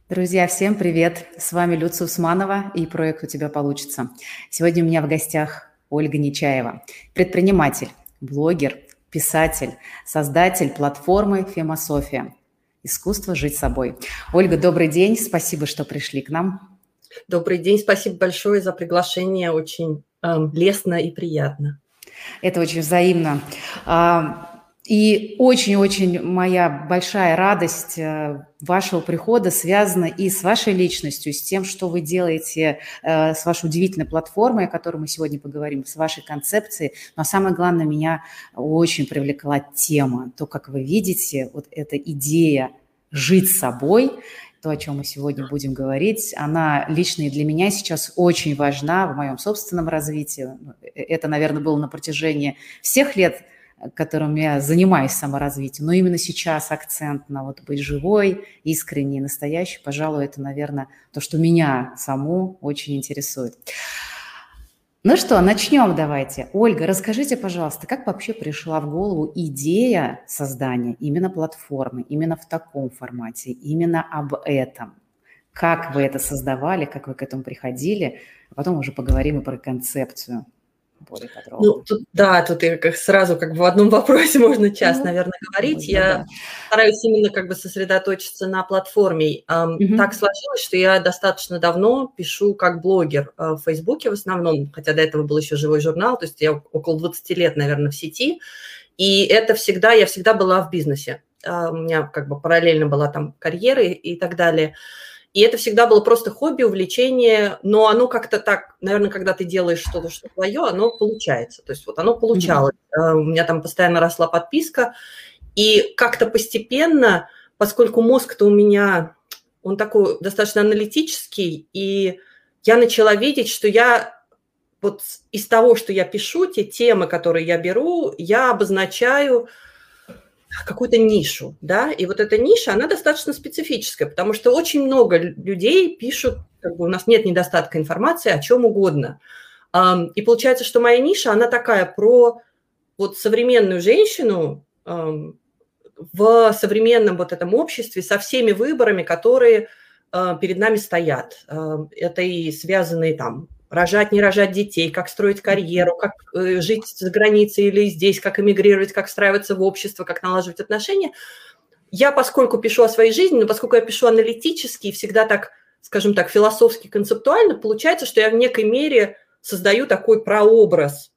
Друзья, всем привет! С вами Люция Усманова и проект «У тебя получится». Сегодня у меня в гостях Ольга Нечаева, предприниматель, блогер, писатель, создатель платформы «Фемософия». Искусство жить собой. Ольга, добрый день, спасибо, что пришли к нам. Добрый день, спасибо большое за приглашение, очень лестно и приятно. Это очень взаимно. И очень-очень моя большая радость вашего прихода связана и с вашей личностью, с тем, что вы делаете, с вашей удивительной платформой, о которой мы сегодня поговорим, с вашей концепцией. Но самое главное, меня очень привлекла тема, то, как вы видите, вот эта идея жить собой, то, о чем мы сегодня будем говорить, она лично и для меня сейчас очень важна в моем собственном развитии. Это, наверное, было на протяжении всех лет, которым я занимаюсь саморазвитием. Но именно сейчас акцент на вот быть живой, искренней, настоящей, пожалуй, это, наверное, то, что меня саму очень интересует. Ну что, начнем давайте. Ольга, расскажите, пожалуйста, как вообще пришла в голову идея создания именно платформы, именно в таком формате, именно об этом? Как вы это создавали, как вы к этому приходили? А потом уже поговорим и про концепцию более подробно. Тут я сразу в одном вопросе можно час, наверное, говорить. Я стараюсь именно сосредоточиться на платформе. Так сложилось, что я достаточно давно пишу как блогер в Фейсбуке в основном, хотя до этого был еще живой журнал, то есть я около 20 лет, наверное, в сети. И я всегда была в бизнесе. У меня параллельно была там карьера и так далее. И это всегда было просто хобби, увлечение, но оно как-то так, наверное, когда ты делаешь что-то, что твое, оно получается. То есть вот оно получалось. У меня там постоянно росла подписка, и как-то постепенно, поскольку мозг-то у меня, он такой достаточно аналитический, и я начала видеть, что я вот из того, что я пишу, те темы, которые я беру, я обозначаю какую-то нишу, да, и вот эта ниша, она достаточно специфическая, потому что очень много людей пишут, у нас нет недостатка информации о чем угодно. И получается, что моя ниша, она такая про вот современную женщину в современном вот этом обществе со всеми выборами, которые перед нами стоят. Это и связанные там рожать, не рожать детей, как строить карьеру, как жить за границей или здесь, как эмигрировать, как встраиваться в общество, как налаживать отношения. Я, поскольку пишу о своей жизни, но поскольку я пишу аналитически и всегда так, скажем так, философски, концептуально, получается, что я в некой мере создаю такой прообраз,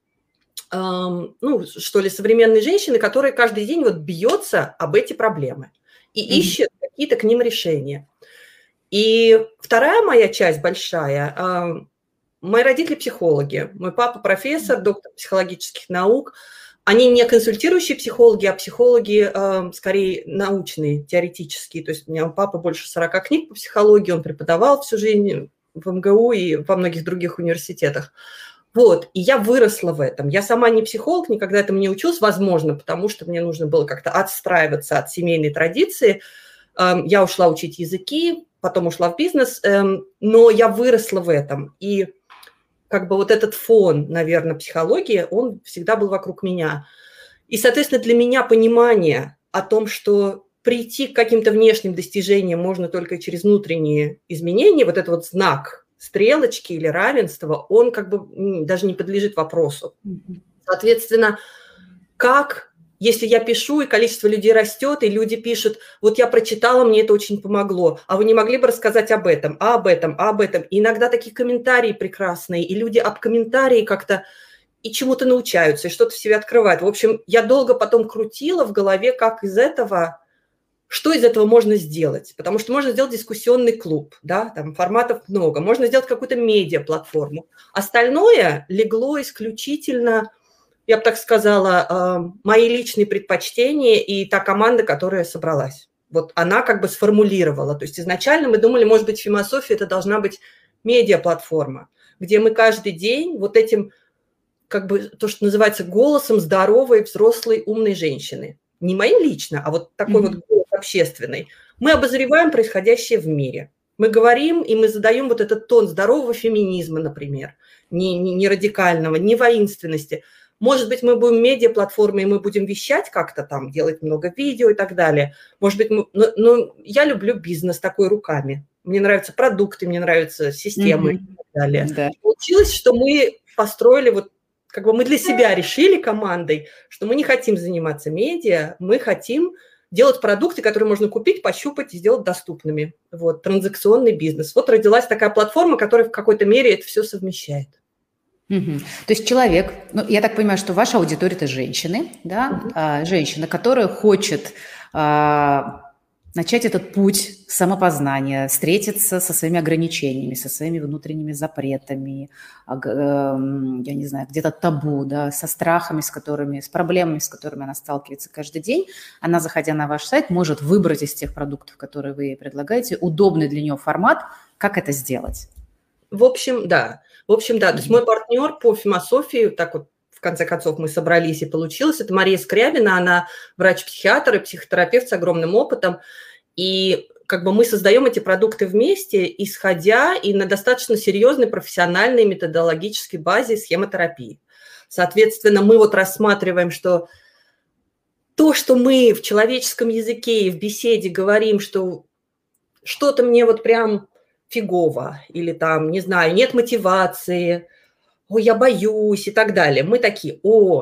что ли, современной женщины, которая каждый день вот бьется об эти проблемы и ищет какие-то к ним решения. И вторая моя часть большая. Мои родители психологи. Мой папа профессор, доктор психологических наук. Они не консультирующие психологи, а психологи скорее научные, теоретические. То есть у меня папа больше 40 книг по психологии, он преподавал всю жизнь в МГУ и во многих других университетах. Вот, и я выросла в этом. Я сама не психолог, никогда этому не училась, возможно, потому что мне нужно было как-то отстраиваться от семейной традиции. Я ушла учить языки, потом ушла в бизнес, но я выросла в этом. И вот этот фон, наверное, психологии, он всегда был вокруг меня. И, соответственно, для меня понимание о том, что прийти к каким-то внешним достижениям можно только через внутренние изменения, вот этот вот знак стрелочки или равенства, он даже не подлежит вопросу. Соответственно, если я пишу, и количество людей растет, и люди пишут, вот я прочитала, мне это очень помогло, а вы не могли бы рассказать об этом, об этом, об этом. И иногда такие комментарии прекрасные, и люди об комментарии как-то и чему-то научаются, и что-то в себе открывают. В общем, я долго потом крутила в голове, что из этого можно сделать. Потому что можно сделать дискуссионный клуб, да, там форматов много, можно сделать какую-то медиа-платформу. Остальное легло исключительно, я бы так сказала, мои личные предпочтения и та команда, которая собралась. Вот она сформулировала. То есть изначально мы думали, может быть, Фемософия это должна быть медиа-платформа, где мы каждый день вот этим, то, что называется, голосом здоровой, взрослой, умной женщины. Не моим лично, а вот такой вот голос общественный. Мы обозреваем происходящее в мире. Мы говорим, и мы задаем вот этот тон здорового феминизма, например, не радикального, не воинственности. Может быть, мы будем медиаплатформой, и мы будем вещать как-то там, делать много видео и так далее. Может быть, но я люблю бизнес такой руками. мне нравятся продукты, мне нравятся системы и так далее. Да. Получилось, что мы построили вот, как бы мы для себя решили командой, что мы не хотим заниматься медиа, мы хотим делать продукты, которые можно купить, пощупать и сделать доступными. Вот, транзакционный бизнес. Вот родилась такая платформа, которая в какой-то мере это все совмещает. То есть человек, ну, я так понимаю, что ваша аудитория – это женщины, да, женщина, которая хочет начать этот путь самопознания, встретиться со своими ограничениями, со своими внутренними запретами, я не знаю, где-то табу, да, со страхами, с проблемами, с которыми она сталкивается каждый день. Она, заходя на ваш сайт, может выбрать из тех продуктов, которые вы ей предлагаете, удобный для нее формат, как это сделать. В общем, да. То есть мой партнер по философии, так вот, в конце концов, мы собрались и получилось. Это Мария Скрябина, она врач-психиатр и психотерапевт с огромным опытом. И как бы мы создаем эти продукты вместе, исходя и на достаточно серьезной профессиональной методологической базе схемотерапии. Соответственно, мы вот рассматриваем, что то, что мы в человеческом языке и в беседе говорим, что что-то мне вот прям фигово, или там, не знаю, нет мотивации, ой, я боюсь и так далее. Мы такие,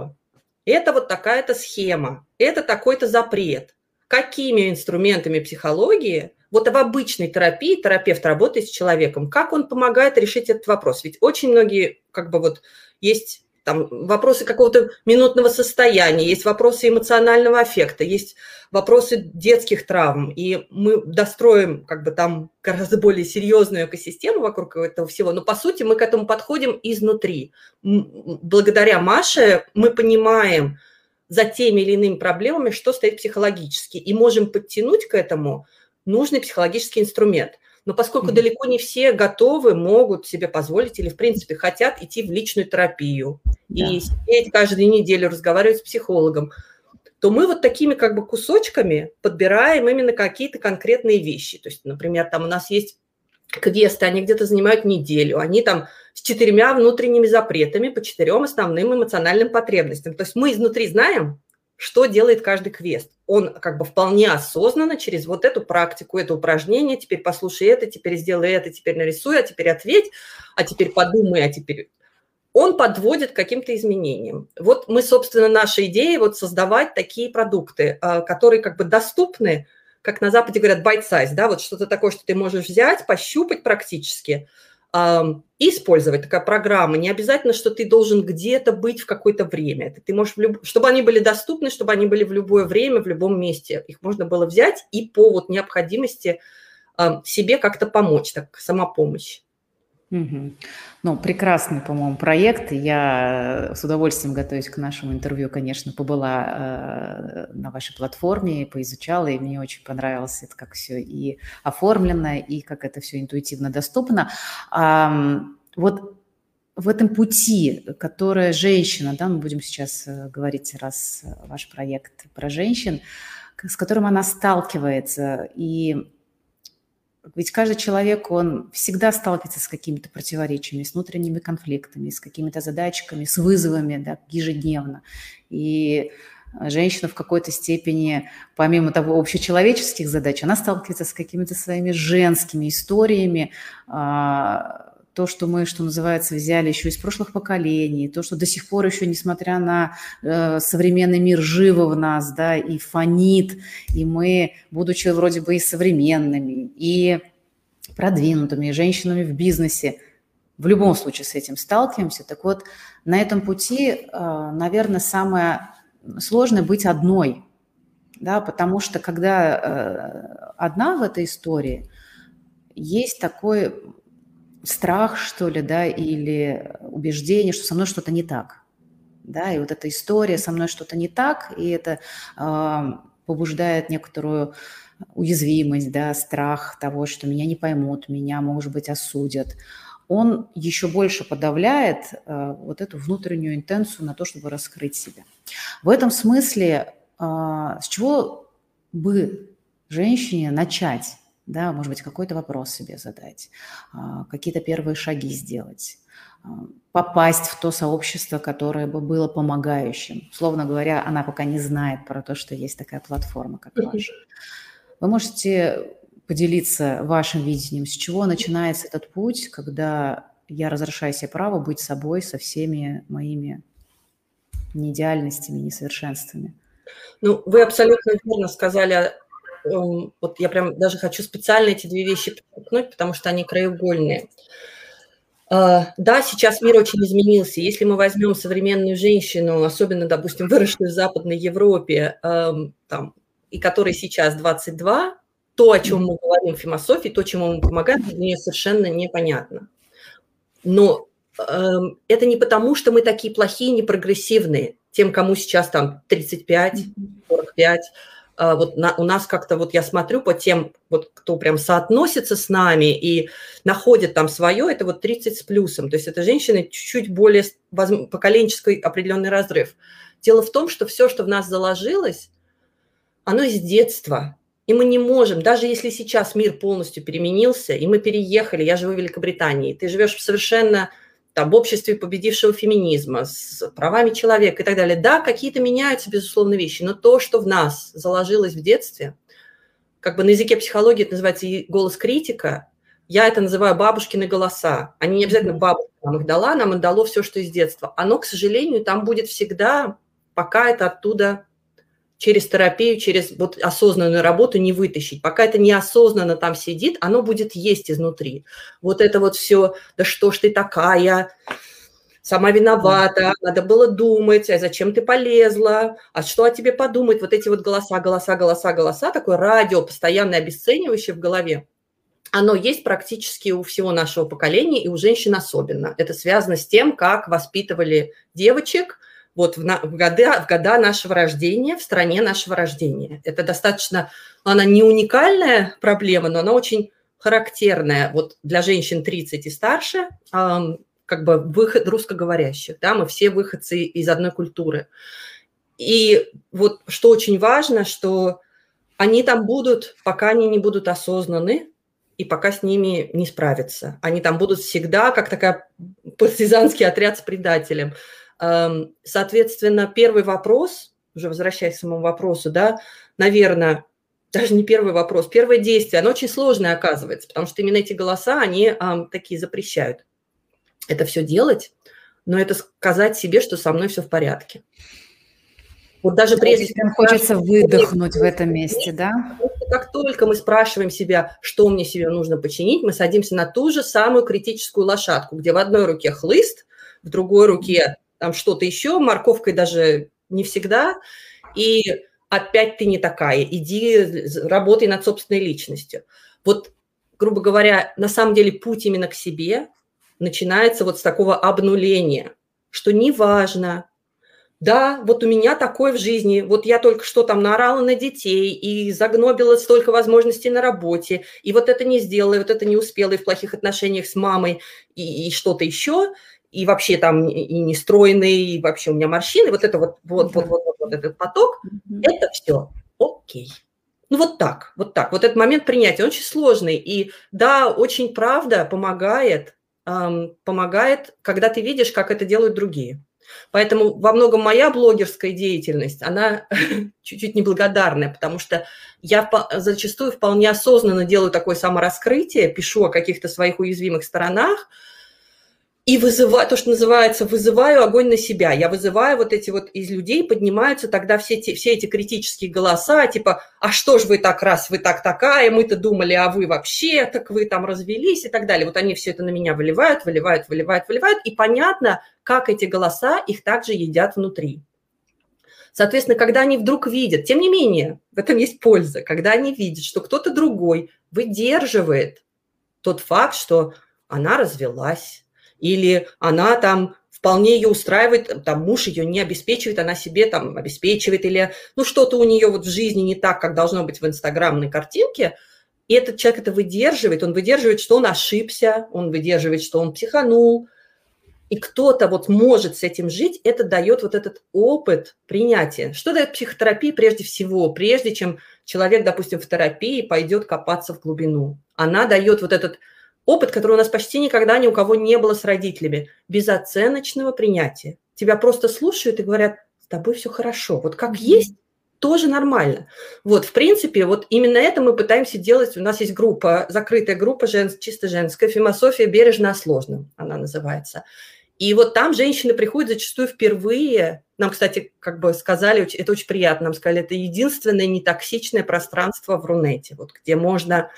это вот такая-то схема, это такой-то запрет. Какими инструментами психологии, вот в обычной терапии терапевт работает с человеком, как он помогает решить этот вопрос? Ведь очень многие, как бы вот, есть там вопросы какого-то минутного состояния, есть вопросы эмоционального аффекта, есть вопросы детских травм, и мы достроим как бы там гораздо более серьезную экосистему вокруг этого всего, но по сути мы к этому подходим изнутри. Благодаря Маше мы понимаем за теми или иными проблемами, что стоит психологически, и можем подтянуть к этому нужный психологический инструмент. Но поскольку далеко не все готовы, могут себе позволить или, в принципе, хотят идти в личную терапию и сидеть каждую неделю, разговаривать с психологом, то мы вот такими как бы кусочками подбираем именно какие-то конкретные вещи. То есть, например, там у нас есть квесты, они где-то занимают неделю, они там с 4 внутренними запретами по 4 основным эмоциональным потребностям. То есть мы изнутри знаем, что делает каждый квест. Он как бы вполне осознанно через вот эту практику, это упражнение, теперь послушай это, теперь сделай это, теперь нарисуй, а теперь ответь, а теперь подумай, а теперь... Он подводит к каким-то изменениям. Вот мы, собственно, наша идея вот создавать такие продукты, которые как бы доступны, как на Западе говорят, bite size, да, вот что-то такое, что ты можешь взять, пощупать практически, и использовать. Такая программа. Не обязательно, что ты должен где-то быть в какое-то время. Это ты можешь, чтобы они были доступны, чтобы они были в любое время, в любом месте. Их можно было взять и по вот необходимости себе как-то помочь, так, самопомощь. Ну, прекрасный, по-моему, проект. Я с удовольствием, готовясь к нашему интервью, конечно, побыла на вашей платформе, поизучала, и мне очень понравилось это, как все и оформлено, и как это все интуитивно доступно. Вот в этом пути, которое женщина, да, мы будем сейчас говорить, раз ваш проект про женщин, с которым она сталкивается, и ведь каждый человек, он всегда сталкивается с какими-то противоречиями, с внутренними конфликтами, с какими-то задачками, с вызовами, да, ежедневно. И женщина в какой-то степени, помимо того общечеловеческих задач, она сталкивается с какими-то своими женскими историями, то, что мы, что называется, взяли еще из прошлых поколений, то, что до сих пор еще, несмотря на современный мир, живо в нас, да, и фонит, и мы, будучи вроде бы и современными, и продвинутыми, и женщинами в бизнесе, в любом случае с этим сталкиваемся. Так вот, на этом пути, наверное, самое сложное быть одной, да, потому что когда одна в этой истории, есть такой страх, что ли, да, или убеждение, что со мной что-то не так, да, и вот эта история «со мной что-то не так», и это побуждает некоторую уязвимость, да, страх того, что меня не поймут, меня, может быть, осудят, он еще больше подавляет вот эту внутреннюю интенцию на то, чтобы раскрыть себя. В этом смысле с чего бы женщине начать? Да, может быть, какой-то вопрос себе задать, какие-то первые шаги сделать, попасть в то сообщество, которое бы было помогающим. Условно говоря, она пока не знает про то, что есть такая платформа, как ваша. Вы можете поделиться вашим видением, с чего начинается этот путь, когда я разрешаю себе право быть собой со всеми моими неидеальностями, несовершенствами? Ну, вы абсолютно верно сказали. Вот я прям даже хочу специально эти две вещи подчеркнуть, потому что они краеугольные. Да, сейчас мир очень изменился. Если мы возьмем современную женщину, особенно, допустим, выросшую в Западной Европе, там, и которой сейчас 22, то, о чем мы говорим в философии, то, чему мы помогаем, для нее совершенно непонятно. Но это не потому, что мы такие плохие, непрогрессивные. Тем, кому сейчас там 35, 45, у нас как-то, вот я смотрю по тем, вот кто прям соотносится с нами и находит там свое, это вот 30 с плюсом. То есть это женщины чуть-чуть более поколенческий определенный разрыв. Дело в том, что все, что в нас заложилось, оно из детства. И мы не можем, даже если сейчас мир полностью переменился, и мы переехали, я живу в Великобритании, ты живешь в совершенно там, в обществе победившего феминизма, с правами человека и так далее. Да, какие-то меняются, безусловно, вещи, но то, что в нас заложилось в детстве, как бы на языке психологии это называется голос критика, я это называю бабушкины голоса. Они не обязательно бабушка нам их дала, нам отдало все, что из детства. Оно, к сожалению, там будет всегда, пока это оттуда через терапию, через вот осознанную работу не вытащить. Пока это неосознанно там сидит, оно будет есть изнутри. Вот это вот все, да что ж ты такая, сама виновата, надо было думать, а зачем ты полезла, а что о тебе подумать, вот эти вот голоса, такое радио, постоянно обесценивающее в голове. Оно есть практически у всего нашего поколения и у женщин особенно. Это связано с тем, как воспитывали девочек, вот в года нашего рождения, в стране нашего рождения. Это достаточно, она не уникальная проблема, но она очень характерная вот для женщин 30 и старше, как бы выход русскоговорящих, да, мы все выходцы из одной культуры. И вот что очень важно, что они там будут, пока они не будут осознаны, и пока с ними не справятся. Они там будут всегда, как такая партизанский отряд с предателем. Соответственно, первый вопрос, уже возвращаясь к самому вопросу, да, наверное, даже не первый вопрос, первое действие, оно очень сложное оказывается, потому что именно эти голоса, они такие запрещают это все делать, но это сказать себе, что со мной все в порядке. Вот даже прежде чем хочется выдохнуть в этом месте, да? Как только мы спрашиваем себя, что мне себе нужно починить, мы садимся на ту же самую критическую лошадку, где в одной руке хлыст, в другой руке там что-то еще, морковкой даже не всегда, и опять ты не такая, иди работай над собственной личностью. Вот, грубо говоря, на самом деле путь именно к себе начинается вот с такого обнуления, что неважно, да, вот у меня такое в жизни, вот я только что там наорала на детей и загнобила столько возможностей на работе, и вот это не сделала, и вот это не успела, и в плохих отношениях с мамой, и что-то еще, и вообще там и нестройный, и вообще у меня морщины, вот это вот этот поток, это все окей. Ну вот так, вот этот момент принятия, он очень сложный, и да, очень правда помогает, когда ты видишь, как это делают другие. Поэтому во многом моя блогерская деятельность, она чуть-чуть неблагодарная, потому что я зачастую вполне осознанно делаю такое самораскрытие, пишу о каких-то своих уязвимых сторонах и вызываю, то, что называется, вызываю огонь на себя. Я вызываю вот эти вот из людей, поднимаются тогда все эти критические голоса, типа, а что ж вы так, раз вы так такая, мы-то думали, а вы вообще, так вы там развелись и так далее. Вот они все это на меня выливают, и понятно, как эти голоса их также едят внутри. Соответственно, когда они вдруг видят, тем не менее, в этом есть польза, когда они видят, что кто-то другой выдерживает тот факт, что она развелась, или она там вполне ее устраивает, там муж ее не обеспечивает, она себе там обеспечивает, или ну что-то у нее вот в жизни не так, как должно быть в инстаграмной картинке, и этот человек это выдерживает, он выдерживает, что он ошибся, он выдерживает, что он психанул, и кто-то вот может с этим жить, это дает вот этот опыт принятия. Что дает психотерапия прежде всего, прежде чем человек, допустим, в терапии пойдет копаться в глубину? Она дает вот этот опыт, который у нас почти никогда ни у кого не было с родителями, безоценочного принятия. Тебя просто слушают и говорят, с тобой все хорошо. Вот как есть, тоже нормально. Вот, в принципе, вот именно это мы пытаемся делать. У нас есть группа, закрытая группа, чисто женская, «Фемософия бережно о сложном», она называется. И вот там женщины приходят зачастую впервые. Нам, кстати, как бы сказали, это очень приятно, нам сказали, это единственное нетоксичное пространство в Рунете, вот, где можно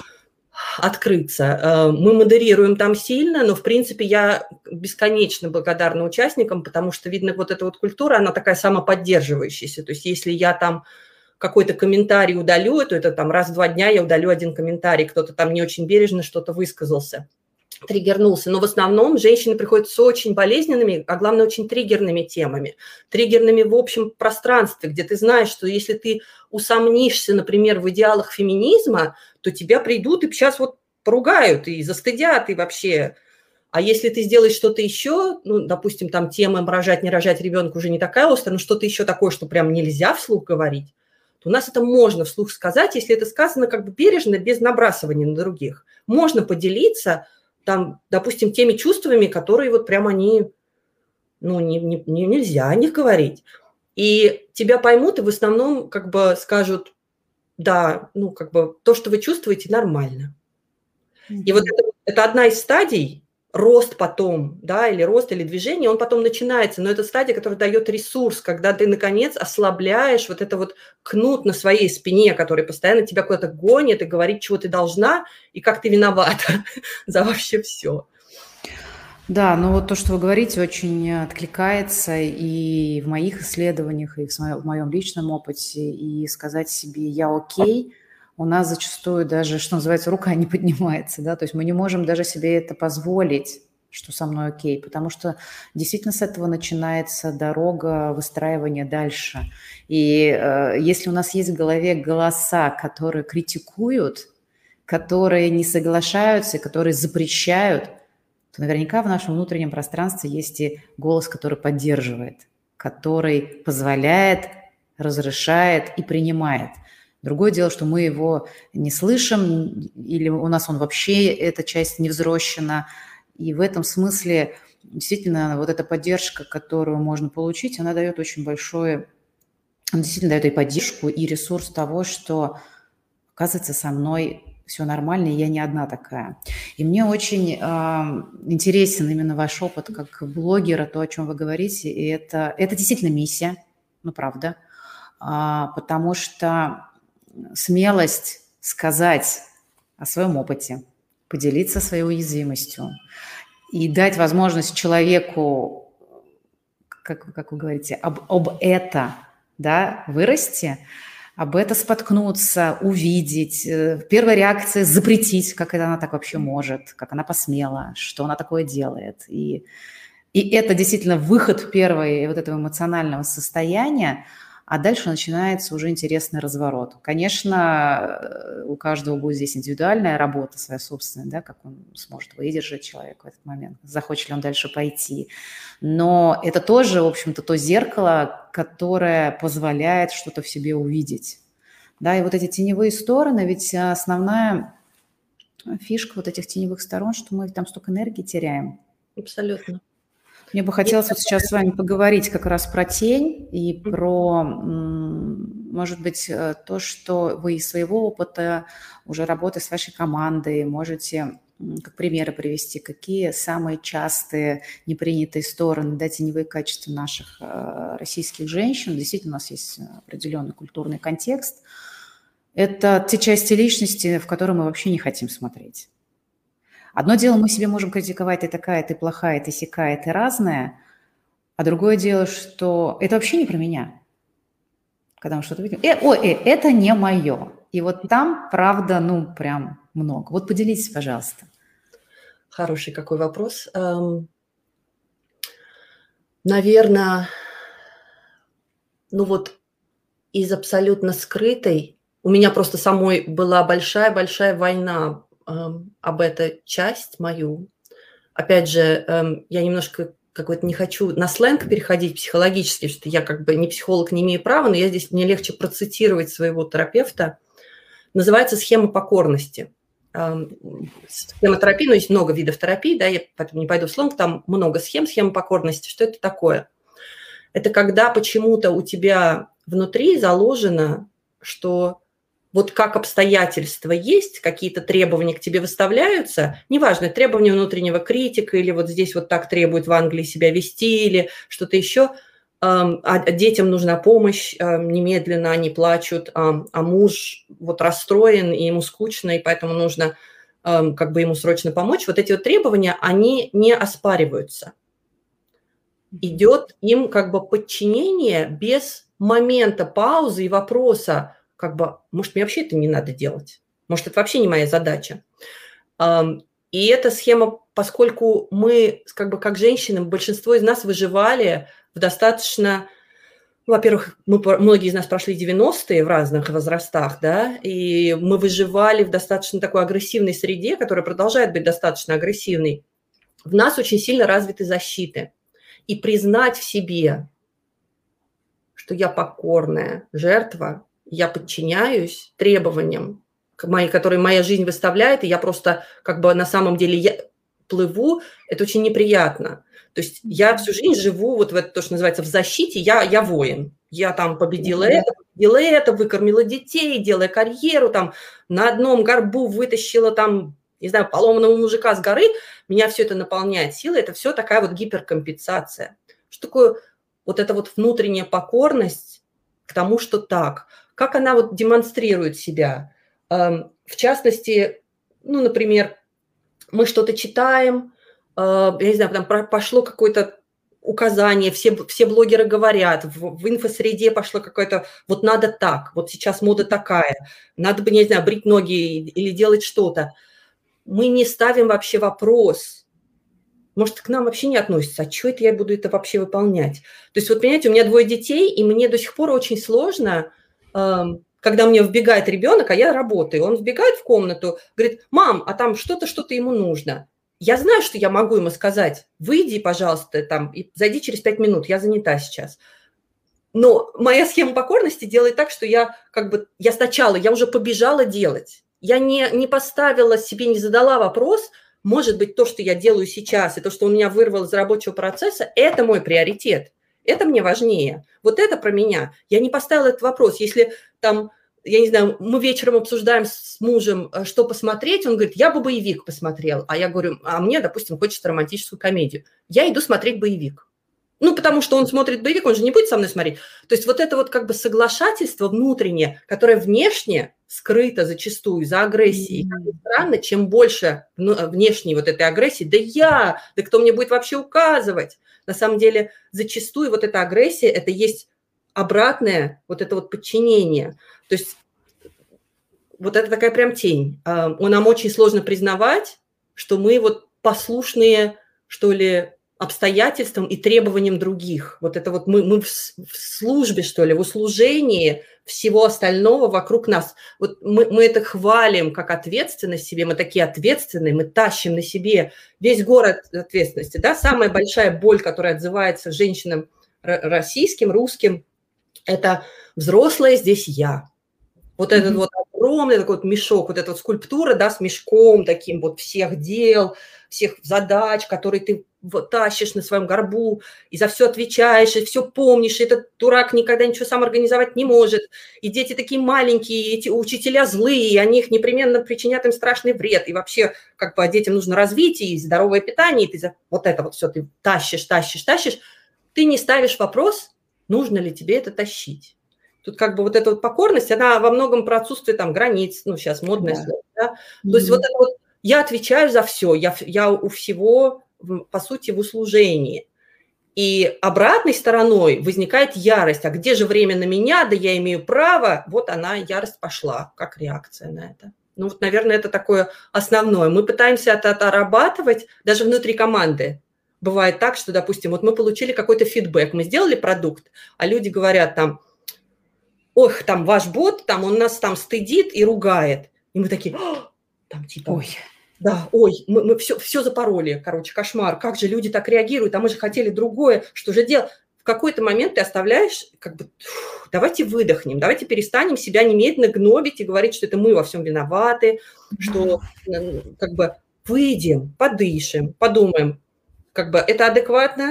открыться. Мы модерируем там сильно, но, в принципе, я бесконечно благодарна участникам, потому что, видно, вот эта вот культура, она такая самоподдерживающаяся. То есть если я там какой-то комментарий удалю, то это там раз в 2 дня я удалю один комментарий, кто-то там не очень бережно что-то высказался, триггернулся. Но в основном женщины приходят с очень болезненными, а главное, очень триггерными темами. Триггерными в общем пространстве, где ты знаешь, что если ты усомнишься, например, в идеалах феминизма, то тебя придут и сейчас вот поругают и застыдят, и вообще. А если ты сделаешь что-то еще, ну, допустим, там тема рожать, не рожать ребенка уже не такая острая, но что-то еще такое, что прям нельзя вслух говорить, то у нас это можно вслух сказать, если это сказано как бы бережно, без набрасывания на других. Можно поделиться там, допустим, теми чувствами, которые вот прям они, ну, нельзя о них говорить. И тебя поймут, и в основном как бы скажут, да, ну, как бы то, что вы чувствуете, нормально. И вот это одна из стадий, рост потом, да, или рост, или движение, он потом начинается, но это стадия, которая дает ресурс, когда ты, наконец, ослабляешь вот это вот кнут на своей спине, который постоянно тебя куда-то гонит и говорит, чего ты должна и как ты виновата за вообще все. Да, ну вот то, что вы говорите, очень откликается и в моих исследованиях, и в моем личном опыте, и сказать себе «я окей», у нас зачастую даже, что называется, рука не поднимается, да, то есть мы не можем даже себе это позволить, что со мной окей, потому что действительно с этого начинается дорога выстраивания дальше. И если у нас есть в голове голоса, которые критикуют, которые не соглашаются, которые запрещают, то наверняка в нашем внутреннем пространстве есть и голос, который поддерживает, который позволяет, разрешает и принимает. Другое дело, что мы его не слышим, или у нас он вообще, эта часть не взрощена. И в этом смысле действительно вот эта поддержка, которую можно получить, она дает очень большое, она действительно дает и поддержку, и ресурс того, что, оказывается, со мной все нормально, и я не одна такая. И мне очень интересен именно ваш опыт как блогера, то, о чем вы говорите, и это действительно миссия, ну, правда, потому что смелость сказать о своем опыте, поделиться своей уязвимостью и дать возможность человеку, как вы говорите, об это, да, вырасти, об это споткнуться, увидеть. Первая реакция – запретить, как это она так вообще может, как она посмела, что она такое делает. И это действительно выход первый вот этого эмоционального состояния, а дальше начинается уже интересный разворот. Конечно, у каждого будет здесь индивидуальная работа своя собственная, да, как он сможет выдержать человек в этот момент, захочет ли он дальше пойти. Но это тоже, в общем-то, то зеркало, которое позволяет что-то в себе увидеть. Да, и вот эти теневые стороны, ведь основная фишка вот этих теневых сторон, что мы там столько энергии теряем. Абсолютно. Мне бы хотелось вот сейчас с вами поговорить как раз про тень и про, может быть, то, что вы из своего опыта, уже работы с вашей командой, можете как примеры привести, какие самые частые непринятые стороны, да, теневые качества наших российских женщин. Действительно, у нас есть определенный культурный контекст. Это те части личности, в которые мы вообще не хотим смотреть. Одно дело, мы себе можем критиковать, ты такая, ты плохая, ты сякая, ты разная, а другое дело, что это вообще не про меня. Когда мы что-то видим, это не мое. И вот там, правда, ну, прям много. Вот поделитесь, пожалуйста. Хороший какой вопрос. Наверное, ну вот из абсолютно скрытой, у меня просто самой была большая-большая война об эту часть мою. Опять же, я немножко какой-то не хочу на сленг переходить психологически, что я как бы не психолог, не имею права, но я здесь, мне легче процитировать своего терапевта. Называется «Схема покорности». Схема терапии, ну, есть много видов терапии, да, я поэтому не пойду в сленг, там много схем, схема покорности. Что это такое? Это когда почему-то у тебя внутри заложено, что вот как обстоятельства есть, какие-то требования к тебе выставляются, неважно, требования внутреннего критика или вот здесь вот так требует в Англии себя вести или что-то еще, а детям нужна помощь немедленно, они плачут, а муж вот расстроен, и ему скучно, и поэтому нужно как бы ему срочно помочь. Вот эти вот требования, они не оспариваются. Идет им как бы подчинение без момента паузы и вопроса, как бы, может, мне вообще это не надо делать, может, это вообще не моя задача. И эта схема, поскольку мы, как бы, как женщины, большинство из нас выживали в достаточно, во-первых, многие из нас прошли 90-е в разных возрастах, да, и мы выживали в достаточно такой агрессивной среде, которая продолжает быть достаточно агрессивной. В нас очень сильно развиты защиты. И признать в себе, что я покорная жертва, я подчиняюсь требованиям, которые моя жизнь выставляет, и я просто как бы на самом деле я плыву, это очень неприятно. То есть я всю жизнь живу вот в это, то, что называется, в защите, я воин. Я там победила это, выкормила детей, делая карьеру, там на одном горбу вытащила там, не знаю, поломанного мужика с горы, меня все это наполняет силой, это все такая вот гиперкомпенсация. Что такое вот эта вот внутренняя покорность к тому, что так? Как она вот демонстрирует себя? В частности, ну, например, мы что-то читаем, я не знаю, там пошло какое-то указание, все блогеры говорят, в инфосреде пошло какое-то, вот надо так, вот сейчас мода такая, надо бы, не знаю, брить ноги или делать что-то. Мы не ставим вообще вопрос, может, к нам вообще не относится, а что это я буду это вообще выполнять? То есть вот, понимаете, у меня 2 детей, и мне до сих пор очень сложно, когда мне вбегает ребенок, а я работаю, он вбегает в комнату, говорит, мам, а там что-то ему нужно. Я знаю, что я могу ему сказать, выйди, пожалуйста, там, и зайди через 5 минут, я занята сейчас. Но моя схема покорности делает так, что я сначала, я уже побежала делать. Я не поставила себе, не задала вопрос, может быть, то, что я делаю сейчас, и то, что у меня вырвало из рабочего процесса, это мой приоритет. Это мне важнее. Вот это про меня. Я не поставила этот вопрос. Если там, я не знаю, мы вечером обсуждаем с мужем, что посмотреть, он говорит, я бы боевик посмотрел. А я говорю, а мне, допустим, хочется романтическую комедию. Я иду смотреть боевик. Ну, потому что он смотрит боевик, он же не будет со мной смотреть. То есть вот это вот как бы соглашательство внутреннее, которое внешне скрыто зачастую за агрессией. Как ни странно, чем больше внешней вот этой агрессии, да кто мне будет вообще указывать? На самом деле зачастую вот эта агрессия, это есть обратное вот это вот подчинение. То есть вот это такая прям тень. Нам очень сложно признавать, что мы вот послушные, что ли, обстоятельствам и требованиям других. Вот это вот мы в службе, что ли, в услужении всего остального вокруг нас. Вот мы это хвалим как ответственность себе, мы такие ответственные, мы тащим на себе весь город ответственности. Да? Самая большая боль, которая отзывается женщинам российским, русским, это взрослая здесь я. Вот этот вот огромный такой вот мешок, вот эта вот скульптура, да, с мешком таким вот всех дел, всех задач, которые ты тащишь на своем горбу, и за все отвечаешь, и все помнишь, и этот дурак никогда ничего сам организовать не может, и дети такие маленькие, и эти учителя злые, и они их непременно причинят им страшный вред, и вообще как бы детям нужно развитие и здоровое питание, и ты вот это вот все ты тащишь, ты не ставишь вопрос, нужно ли тебе это тащить. Тут как бы вот эта вот покорность, она во многом про отсутствие там границ, ну, сейчас модное слово, да? То есть вот это вот я отвечаю за все, я у всего, по сути, в услужении. И обратной стороной возникает ярость. А где же время на меня? Да я имею право. Вот она, ярость пошла, как реакция на это. Ну, вот, наверное, это такое основное. Мы пытаемся это отрабатывать даже внутри команды. Бывает так, что, допустим, вот мы получили какой-то фидбэк, мы сделали продукт, а люди говорят там, ох, там ваш бот, там он нас там стыдит и ругает. И мы такие, там типа, ой, да, ой, мы все запороли, короче, кошмар. Как же люди так реагируют, а мы же хотели другое, что же делать? В какой-то момент ты оставляешь, как бы, давайте выдохнем, давайте перестанем себя немедленно гнобить и говорить, что это мы во всем виноваты, что как бы выйдем, подышим, подумаем, как бы это адекватно,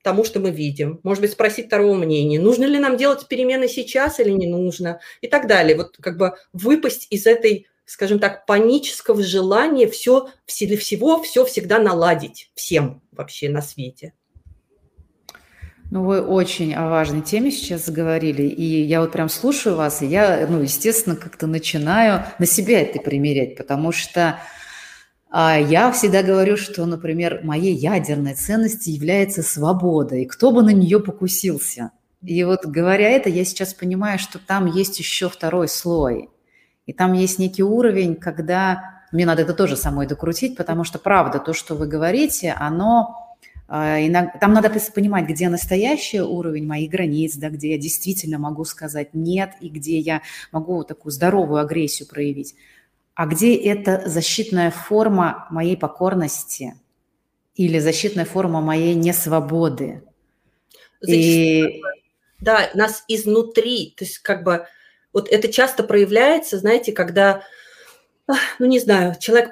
тому, что мы видим. Может быть, спросить второго мнения. Нужно ли нам делать перемены сейчас или не нужно? И так далее. Вот как бы выпасть из этой, скажем так, панического желания все всегда наладить всем вообще на свете. Ну, вы очень о важной теме сейчас заговорили, и я вот прям слушаю вас, и я, естественно, как-то начинаю на себя это примерять, потому что я всегда говорю, что, например, моей ядерной ценностью является свобода, и кто бы на нее покусился. И вот говоря это, я сейчас понимаю, что там есть еще второй слой, и там есть некий уровень, когда мне надо это тоже самой докрутить, потому что, правда, то, что вы говорите, оно... Там надо понимать, где настоящий уровень моих границ, да, где я действительно могу сказать «нет», и где я могу такую здоровую агрессию проявить, а где это защитная форма моей покорности или защитная форма моей несвободы. Да, нас изнутри, то есть как бы вот это часто проявляется, знаете, когда, не знаю, человек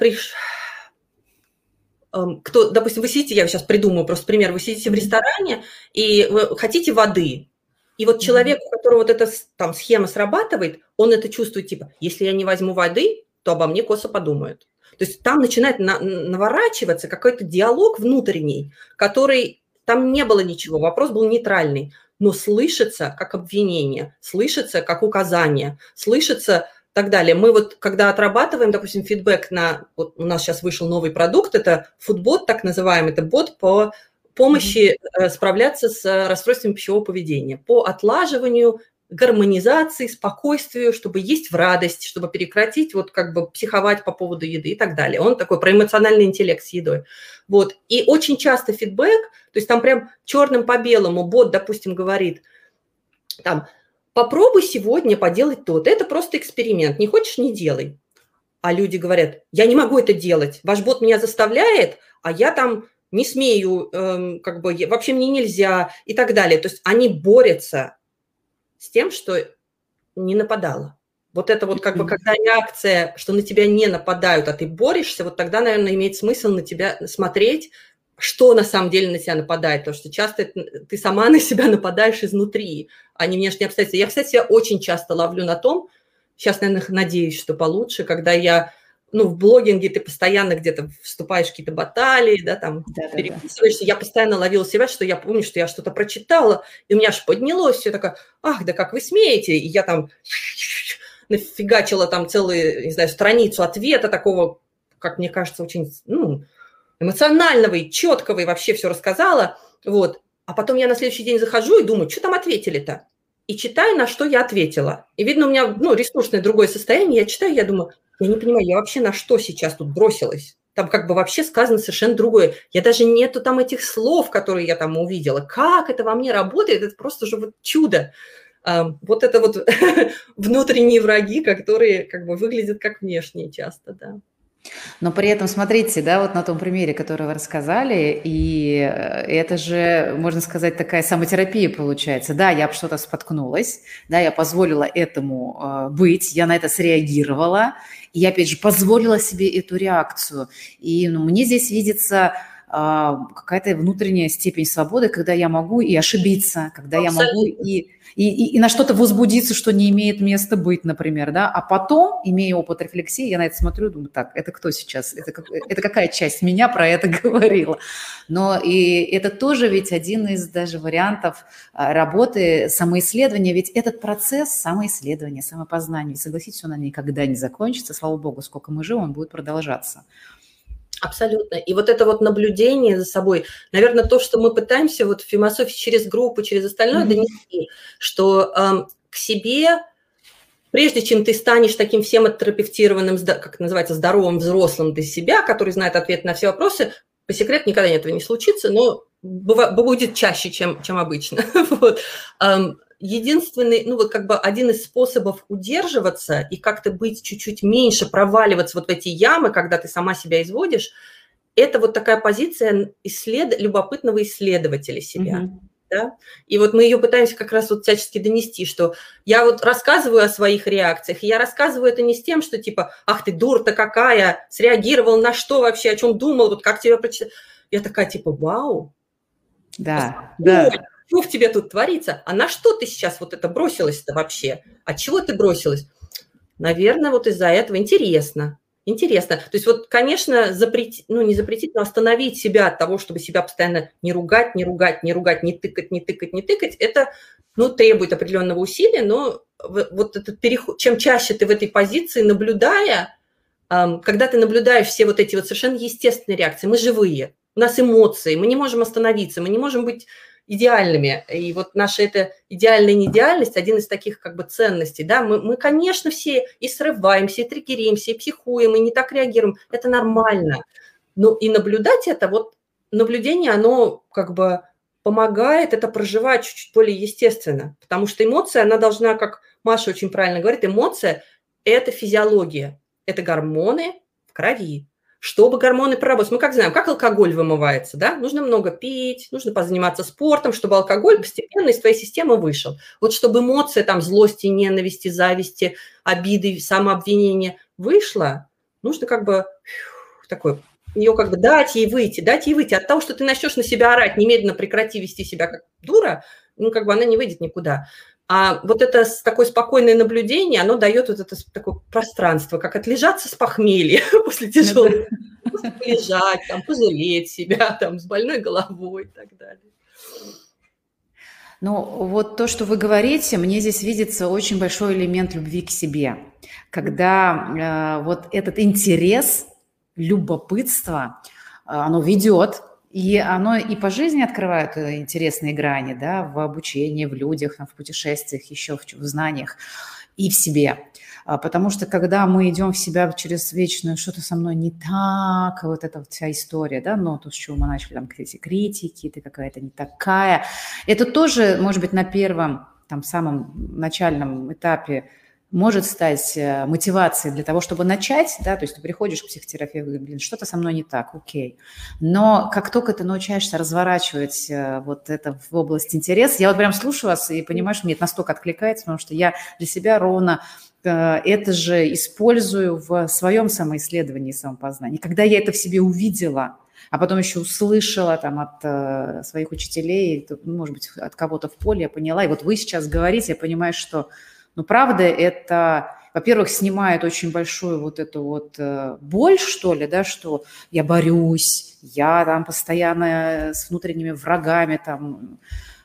допустим, вы сидите, я сейчас придумаю просто пример, вы сидите в ресторане и вы хотите воды, и вот человек, у которого вот эта там схема срабатывает, он это чувствует, типа, если я не возьму воды, то обо мне косо подумают. То есть там начинает наворачиваться какой-то диалог внутренний, который, там не было ничего, вопрос был нейтральный, но слышится как обвинение, слышится как указание, слышится... так далее. Мы вот, когда отрабатываем, допустим, фидбэк вот у нас сейчас вышел новый продукт, это фудбот, так называемый, это бот по помощи справляться с расстройствами пищевого поведения, по отлаживанию, гармонизации, спокойствию, чтобы есть в радость, чтобы прекратить вот как бы психовать по поводу еды и так далее. Он такой про эмоциональный интеллект с едой. Вот. И очень часто фидбэк, то есть там прям черным по белому бот, допустим, говорит, там, попробуй сегодня поделать то-то. Это просто эксперимент. Не хочешь – не делай. А люди говорят, я не могу это делать. Ваш бот меня заставляет, а я там не смею, как бы вообще мне нельзя и так далее. То есть они борются с тем, что не нападало. Вот это вот как бы, когда реакция, что на тебя не нападают, а ты борешься, вот тогда, наверное, имеет смысл на тебя смотреть, что на самом деле на тебя нападает, потому что часто ты сама на себя нападаешь изнутри, а не внешние обстоятельства. Я, кстати, себя очень часто ловлю на том, сейчас, наверное, надеюсь, что получше, когда я, в блогинге ты постоянно где-то вступаешь в какие-то баталии, да, там, переписываешься, я постоянно ловила себя, что я помню, что я что-то прочитала, и у меня аж поднялось все такое, ах, да как вы смеете, и я там нафигачила там целую, не знаю, страницу ответа такого, как мне кажется, очень, эмоционального и четкого, и вообще все рассказала, вот. А потом я на следующий день захожу и думаю, что там ответили-то? И читаю, на что я ответила. И видно, у меня, ресурсное другое состояние, я читаю, я думаю, я не понимаю, я вообще на что сейчас тут бросилась? Там как бы вообще сказано совершенно другое. Я даже нету там этих слов, которые я там увидела. Как это во мне работает, это просто же вот чудо. Вот это вот внутренние враги, которые как бы выглядят как внешние часто, да. Но при этом, смотрите, да, вот на том примере, который вы рассказали, и это же, можно сказать, такая самотерапия получается. Да, я об что-то споткнулась, да, я позволила этому быть, я на это среагировала, и я, опять же, позволила себе эту реакцию. И мне здесь видится какая-то внутренняя степень свободы, когда я могу и ошибиться, когда я могу и на что-то возбудиться, что не имеет места быть, например, да, а потом, имея опыт рефлексии, я на это смотрю, думаю, так, это кто сейчас, это какая часть меня про это говорила, но и это тоже ведь один из даже вариантов работы самоисследования, ведь этот процесс самоисследования, самопознания, согласитесь, он никогда не закончится, слава богу, сколько мы живем, он будет продолжаться. Абсолютно. И вот это вот наблюдение за собой, наверное, то, что мы пытаемся вот в философии через группу, через остальное донести, что к себе, прежде чем ты станешь таким всем оттерапевтированным, как называется, здоровым взрослым для себя, который знает ответ на все вопросы, по секрету никогда этого не случится, но будет чаще, чем обычно. Вот. Единственный, вот как бы один из способов удерживаться и как-то быть чуть-чуть меньше, проваливаться вот в эти ямы, когда ты сама себя изводишь, это вот такая позиция любопытного исследователя себя. Да? И вот мы ее пытаемся как раз вот всячески донести, что я вот рассказываю о своих реакциях, и я рассказываю это не с тем, что типа, ах ты дура-то какая, среагировал на что вообще, о чем думал, вот как тебя прочитать. Я такая типа, вау. Да, Ой, да. что в тебе тут творится? А на что ты сейчас вот это бросилась-то вообще? От чего ты бросилась? Наверное, вот из-за этого интересно. Интересно. То есть вот, конечно, не запретить, но остановить себя от того, чтобы себя постоянно не ругать, не ругать, не ругать, не тыкать, не тыкать, не тыкать, это, ну, требует определенного усилия, но вот этот переход, чем чаще ты в этой позиции, наблюдая, когда ты наблюдаешь все вот эти вот совершенно естественные реакции, мы живые, у нас эмоции, мы не можем остановиться, мы не можем быть идеальными. И вот наша эта идеальная неидеальность – один из таких как бы ценностей. Да? Мы, конечно, все и срываемся, и триггеримся, и психуем, и не так реагируем. Это нормально. Ну и наблюдать это, вот наблюдение, оно как бы помогает это проживать чуть-чуть более естественно. Потому что эмоция, она должна, как Маша очень правильно говорит, эмоция – это физиология, это гормоны в крови. Чтобы гормоны проработать. Мы как знаем, как алкоголь вымывается, да? Нужно много пить, нужно позаниматься спортом, чтобы алкоголь постепенно из твоей системы вышел. Вот чтобы эмоция там злости, ненависти, зависти, обиды, самообвинения вышла, нужно как бы такое, ее как бы дать ей выйти. От того, что ты начнешь на себя орать, немедленно прекрати вести себя как дура, ну как бы она не выйдет никуда. А вот это такое спокойное наблюдение, оно дает вот это такое пространство, как отлежаться с похмелья после тяжелого, полежать, там, пожалеть себя, там, с больной головой и так далее. Ну, вот то, что вы говорите, мне здесь видится очень большой элемент любви к себе, когда вот этот интерес, любопытство, оно ведет, и оно и по жизни открывает интересные грани, да, в обучении, в людях, в путешествиях, еще в знаниях и в себе. Потому что когда мы идем в себя через вечную, что-то со мной не так, вот эта вот вся история, да, но то, с чего мы начали, там, эти критики, ты какая-то не такая, это тоже, может быть, на первом, там, самом начальном этапе может стать мотивацией для того, чтобы начать, да, то есть ты приходишь к психотерапевту и говоришь, блин, что-то со мной не так, окей. Но как только ты научаешься разворачивать вот это в область интереса, я вот прям слушаю вас и понимаю, что мне это настолько откликается, потому что я для себя ровно это же использую в своем самоисследовании и самопознании. Когда я это в себе увидела, а потом еще услышала там от своих учителей, может быть, от кого-то в поле, я поняла, и вот вы сейчас говорите, я понимаю, что, ну, правда, это, во-первых, снимает очень большую вот эту вот боль, что ли, да, что я борюсь, я там постоянно с внутренними врагами там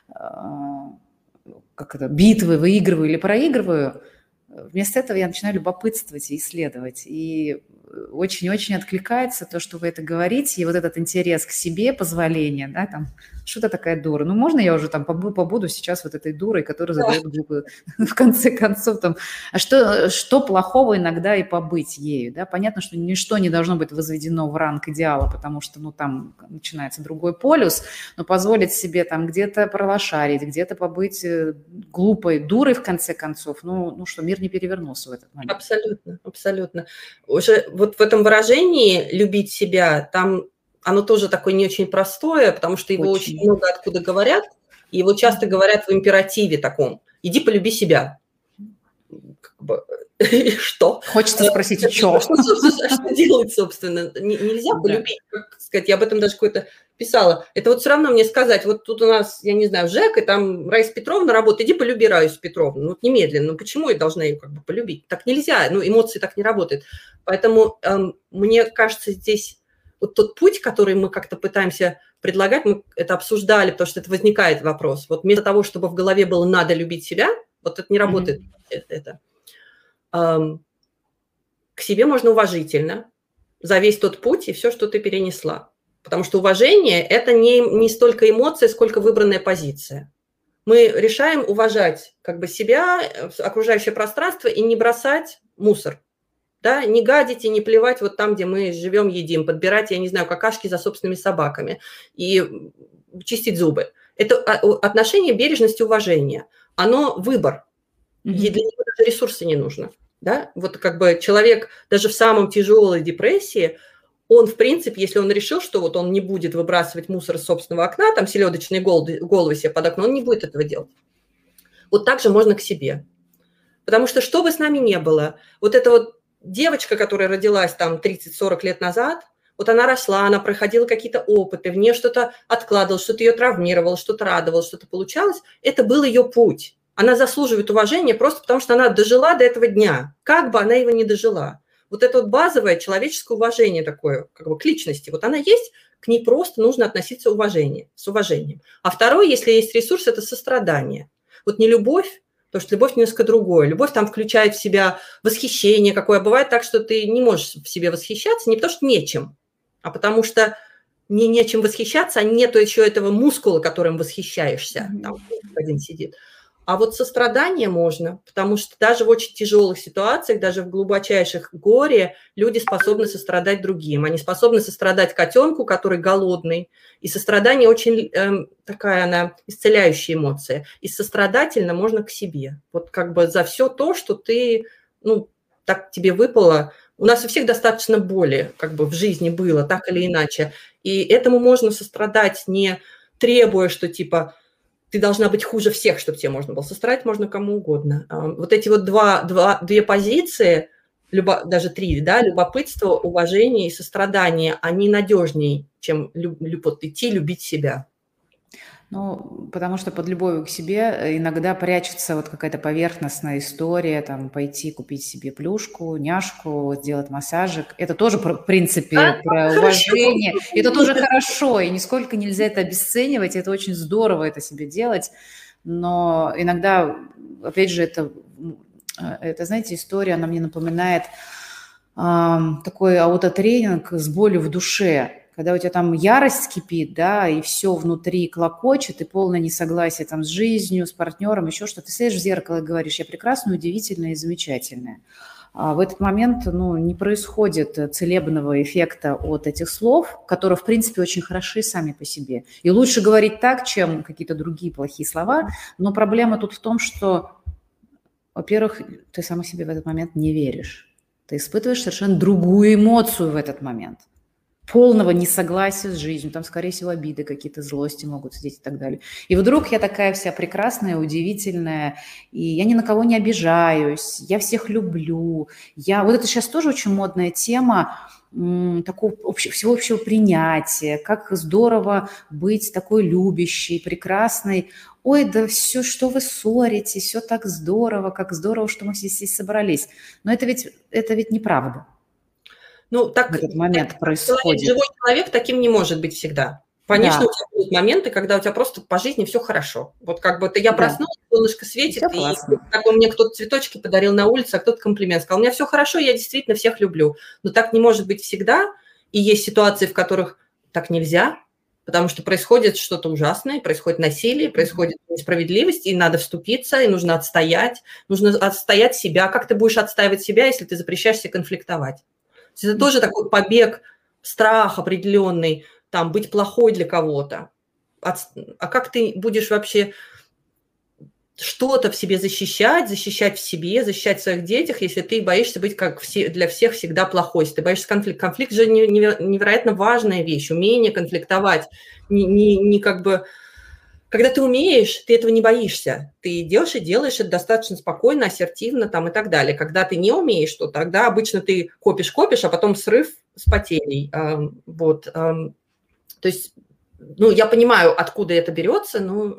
как это, битвы выигрываю или проигрываю. Вместо этого я начинаю любопытствовать и исследовать. И очень-очень откликается то, что вы это говорите, и вот этот интерес к себе, позволение, да, там, что ты такая дура? Ну, можно я уже там побуду сейчас вот этой дурой, которая задает глупые, в конце концов, там, а что плохого иногда и побыть ею, да? Понятно, что ничто не должно быть возведено в ранг идеала, потому что, ну, там начинается другой полюс, но позволить себе там где-то пролошарить, где-то побыть глупой дурой, в конце концов, ну что, мир не перевернулся в этот момент. Абсолютно, абсолютно. Уже вот в этом выражении «любить себя», там оно тоже такое не очень простое, потому что его очень много откуда говорят, и его часто говорят в императиве таком: «Иди полюби себя». Как бы, что? Хочется спросить, что? Что делать, собственно? Нельзя полюбить, как сказать, я об этом даже какое-то писала. Это вот все равно мне сказать, вот тут у нас, я не знаю, Жека, и там Раиса Петровна работает, иди полюби Раису Петровну. Ну, немедленно. Ну, почему я должна ее как бы полюбить? Так нельзя, ну, эмоции так не работают. Поэтому мне кажется, здесь вот тот путь, который мы как-то пытаемся предлагать, мы это обсуждали, потому что это возникает вопрос. Вот вместо того, чтобы в голове было «надо любить себя», вот это не работает. Это. К себе можно уважительно за весь тот путь и все, что ты перенесла. Потому что уважение – это не столько эмоция, сколько выбранная позиция. Мы решаем уважать как бы себя, окружающее пространство и не бросать мусор. Да? Не гадить и не плевать вот там, где мы живем, едим, подбирать, я не знаю, какашки за собственными собаками и чистить зубы. Это отношение бережности, уважения. Оно выбор. И для него даже ресурсы не нужно. Да? Вот как бы человек даже в самом тяжелой депрессии, он, в принципе, если он решил, что вот он не будет выбрасывать мусор из собственного окна, там селедочные головы себе под окно, он не будет этого делать. Вот так же можно к себе. Потому что что бы с нами ни было, вот эта вот девочка, которая родилась там 30-40 лет назад, вот она росла, она проходила какие-то опыты, в нее что-то откладывалось, что-то ее травмировало, что-то радовало, что-то получалось, это был ее путь. Она заслуживает уважения просто потому, что она дожила до этого дня, как бы она его не дожила. Вот это вот базовое человеческое уважение такое, как бы к личности, вот она есть, к ней просто нужно относиться с уважением. А второе, если есть ресурс, это сострадание. Вот не любовь, потому что любовь немножко другое. Любовь там включает в себя восхищение какое. Бывает так, что ты не можешь в себе восхищаться не потому что нечем, а потому что нечем восхищаться, а нету еще этого мускула, которым восхищаешься. Там один сидит. А вот сострадание можно, потому что даже в очень тяжелых ситуациях, даже в глубочайших горе люди способны сострадать другим. Они способны сострадать котенку, который голодный. И сострадание очень такая она исцеляющая эмоция. И сострадательно можно к себе. Вот как бы за все то, что ты, ну, так тебе выпало. У нас у всех достаточно боли как бы в жизни было, так или иначе. И этому можно сострадать, не требуя, что типа ты должна быть хуже всех, чтобы тебе можно было сострадать, можно кому угодно. Вот эти вот две позиции, даже три, да, любопытство, уважение и сострадание, они надежнее, чем идти любить себя. Ну, потому что под любовью к себе иногда прячется вот какая-то поверхностная история, там, пойти купить себе плюшку, няшку, сделать массажик. Это тоже, в принципе, про уважение. Это тоже хорошо, и нисколько нельзя это обесценивать, это очень здорово это себе делать. Но иногда, опять же, это знаете, история, она мне напоминает такой аутотренинг с болью в душе. Когда у тебя там ярость кипит, да, и все внутри клокочет, и полное несогласие там с жизнью, с партнером, еще что-то. Ты сидишь в зеркало и говоришь: я прекрасная, удивительная и замечательная. А в этот момент, ну, не происходит целебного эффекта от этих слов, которые, в принципе, очень хороши сами по себе. И лучше говорить так, чем какие-то другие плохие слова. Но проблема тут в том, что, во-первых, ты сама себе в этот момент не веришь. Ты испытываешь совершенно другую эмоцию в этот момент. Полного несогласия с жизнью, там, скорее всего, обиды какие-то, злости могут сидеть и так далее. И вдруг я такая вся прекрасная, удивительная, и я ни на кого не обижаюсь, я всех люблю. Вот это сейчас тоже очень модная тема такого всеобщего принятия, как здорово быть такой любящей, прекрасной. Ой, да все, что вы ссоритесь, все так здорово, как здорово, что мы все здесь собрались. Но это ведь неправда. Ну, так в этот момент происходит. Живой человек таким не может быть всегда. Конечно, Да. у тебя будут моменты, когда у тебя просто по жизни все хорошо. Вот как бы я проснулась, солнышко светит, и как бы мне кто-то цветочки подарил на улице, а кто-то комплимент сказал. У меня все хорошо, я действительно всех люблю. Но так не может быть всегда. И есть ситуации, в которых так нельзя, потому что происходит что-то ужасное, происходит насилие, происходит несправедливость, и надо вступиться, и нужно отстоять себя. Как ты будешь отстаивать себя, если ты запрещаешь себе конфликтовать? Это тоже такой побег, страх определенный, там, быть плохой для кого-то. А как ты будешь вообще что-то в себе защищать в себе, защищать в своих детях, если ты боишься быть для всех всегда плохой, если ты боишься конфликта? Конфликт же невероятно важная вещь, умение конфликтовать, не как бы... Когда ты умеешь, ты этого не боишься. Ты идешь и делаешь это достаточно спокойно, ассертивно там, и так далее. Когда ты не умеешь, то тогда обычно ты копишь, а потом срыв с потерей. Вот. То есть, ну, я понимаю, откуда это берется, но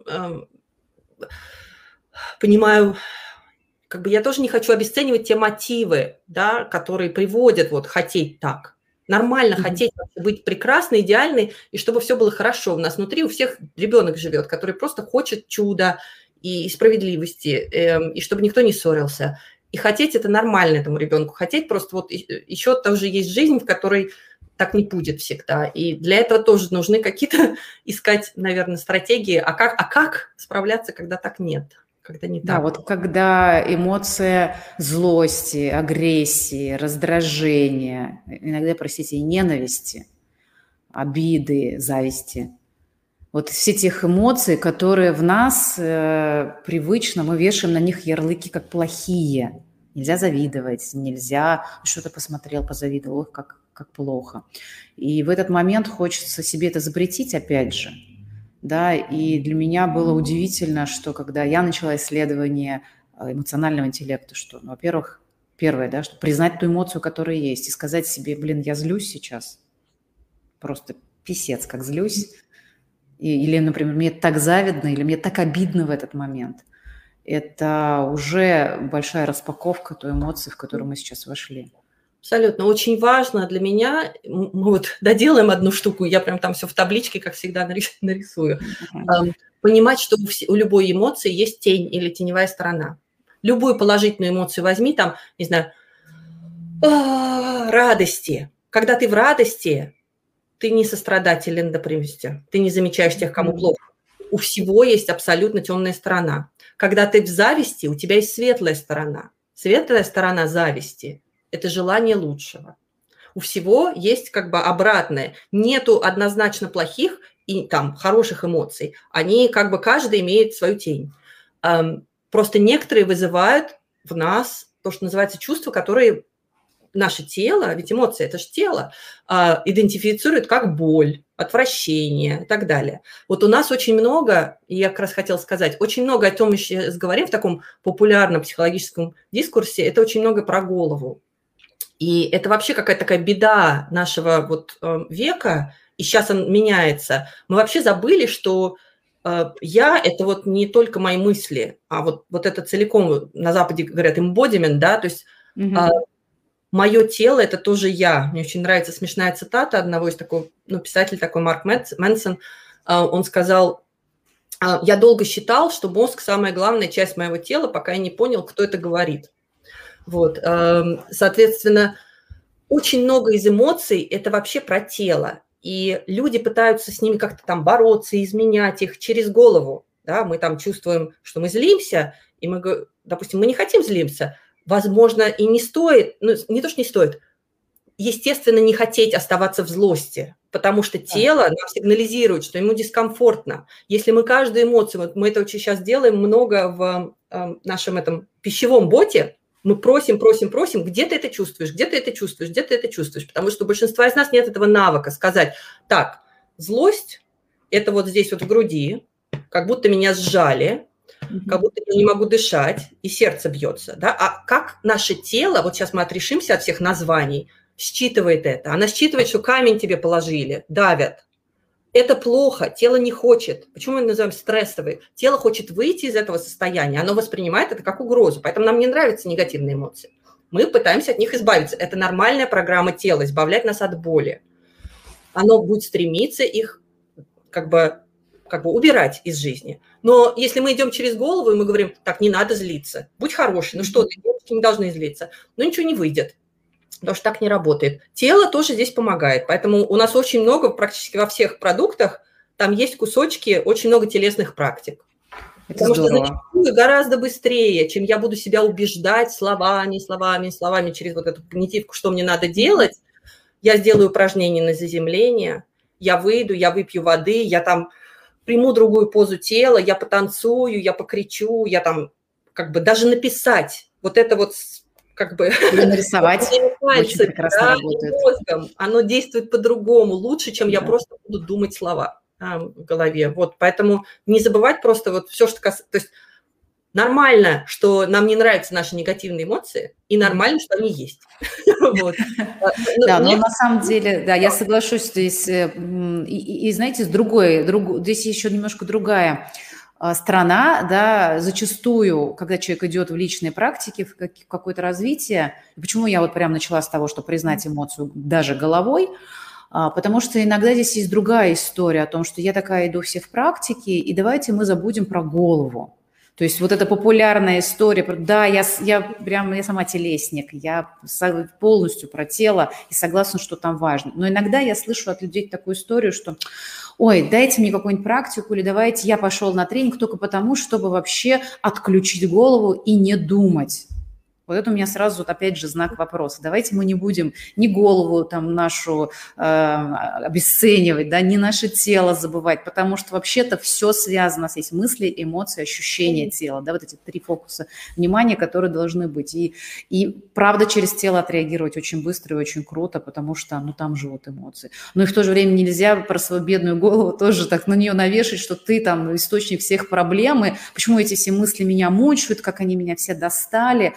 понимаю, как бы я тоже не хочу обесценивать те мотивы, да, которые приводят вот хотеть так. Нормально хотеть быть прекрасной, идеальной, и чтобы все было хорошо. У нас внутри у всех ребенок живет, который просто хочет чуда и справедливости, и чтобы никто не ссорился. И хотеть это нормально этому ребенку. Хотеть просто вот еще тоже есть жизнь, в которой так не будет всегда. И для этого тоже нужны какие-то искать, наверное, стратегии. А как справляться, когда так нет? Когда не так. Да, вот когда эмоция злости, агрессии, раздражения, иногда, простите, и ненависти, обиды, зависти. Вот все тех эмоций, которые в нас привычно, мы вешаем на них ярлыки как плохие. Нельзя завидовать, нельзя, что-то посмотрел, позавидовал, ох, как плохо. И в этот момент хочется себе это запретить опять же. Да, и для меня было удивительно, что когда я начала исследование эмоционального интеллекта, что, ну, во-первых, первое, да, что признать ту эмоцию, которая есть, и сказать себе: блин, я злюсь сейчас, просто писец, как злюсь. Или, например, мне так завидно, или мне так обидно в этот момент. Это уже большая распаковка той эмоции, в которую мы сейчас вошли. Абсолютно. Очень важно для меня, мы вот доделаем одну штуку, я прям там все в табличке, как всегда, нарисую. Понимать, что у любой эмоции есть тень или теневая сторона. Любую положительную эмоцию возьми, там, не знаю, радости. Когда ты в радости, ты не сострадателен, например, ты не замечаешь тех, кому плохо. У всего есть абсолютно темная сторона. Когда ты в зависти, у тебя есть светлая сторона. Светлая сторона зависти – это желание лучшего. У всего есть как бы обратное. Нету однозначно плохих и там хороших эмоций. Они как бы каждый имеет свою тень. Просто некоторые вызывают в нас то, что называется чувства, которые наше тело, ведь эмоции – это же тело, идентифицирует как боль, отвращение и так далее. Вот у нас очень много, и я как раз хотела сказать, очень много о том мы сейчас говорим в таком популярном психологическом дискурсе, это очень много про голову. И это вообще какая-то такая беда нашего вот века, и сейчас он меняется. Мы вообще забыли, что я – это вот не только мои мысли, а вот это целиком, на Западе говорят, embodiment, да, то есть мое тело – это тоже я. Мне очень нравится смешная цитата одного из такого, писателя такой Марк Мэнсон. Он сказал, я долго считал, что мозг – самая главная часть моего тела, пока я не понял, кто это говорит. Вот. Соответственно, очень много из эмоций – это вообще про тело. И люди пытаются с ними как-то там бороться, изменять их через голову. Да? Мы там чувствуем, что мы злимся, и мы, допустим, мы не хотим злиться. Возможно, и не стоит, не то, что не стоит, естественно, не хотеть оставаться в злости, потому что тело нам сигнализирует, что ему дискомфортно. Если мы каждую эмоцию, вот мы это очень сейчас делаем много в нашем этом пищевом боте, мы просим, где ты это чувствуешь, где ты это чувствуешь, где ты это чувствуешь, потому что у большинства из нас нет этого навыка сказать, так, злость – это вот здесь вот в груди, как будто меня сжали, как будто я не могу дышать, и сердце бьется. Да? А как наше тело, вот сейчас мы отрешимся от всех названий, считывает это? Она считывает, что камень тебе положили, давят. Это плохо, тело не хочет. Почему мы это называем стрессовый? Тело хочет выйти из этого состояния, оно воспринимает это как угрозу, поэтому нам не нравятся негативные эмоции. Мы пытаемся от них избавиться. Это нормальная программа тела, избавлять нас от боли. Оно будет стремиться их как бы убирать из жизни. Но если мы идем через голову, и мы говорим, так, не надо злиться, будь хороший, ну что ты, девочки не должны злиться, но ничего не выйдет, потому что так не работает. Тело тоже здесь помогает, поэтому у нас очень много, практически во всех продуктах, там есть кусочки, очень много телесных практик. Это потому здорово. Что зачастую гораздо быстрее, чем я буду себя убеждать словами через вот эту когнитивку, что мне надо делать, я сделаю упражнение на заземление, я выйду, я выпью воды, я там приму другую позу тела, я потанцую, я покричу, я там даже написать вот это вот или нарисовать. Очень прекрасно работает. Мозгом, оно действует по-другому, лучше, чем я просто буду думать слова в голове. Вот, поэтому не забывать просто вот все, что касается... То есть нормально, что нам не нравятся наши негативные эмоции, и нормально, что они есть. Да, но на самом деле, да, я соглашусь здесь. И знаете, здесь еще немножко другая сторона, да, зачастую, когда человек идет в личные практики, в какое-то развитие, почему я вот прям начала с того, что признать эмоцию даже головой, потому что иногда здесь есть другая история о том, что я такая иду все в практике, и давайте мы забудем про голову. То есть вот эта популярная история, да, я сама телесник, я полностью про тело и согласна, что там важно. Но иногда я слышу от людей такую историю, что, ой, дайте мне какую-нибудь практику или давайте я пошел на тренинг только потому, чтобы вообще отключить голову и не думать. Вот это у меня сразу, вот опять же, знак вопроса. Давайте мы не будем ни голову там нашу обесценивать, да, ни наше тело забывать, потому что вообще-то все связано. У нас есть мысли, эмоции, ощущения тела, да, вот эти 3 фокуса внимания, которые должны быть. И правда через тело отреагировать очень быстро и очень круто, потому что, там живут эмоции. Но и в то же время нельзя про свою бедную голову тоже так на нее навешать, что ты там источник всех проблем, и почему эти все мысли меня мучают, как они меня все достали. Это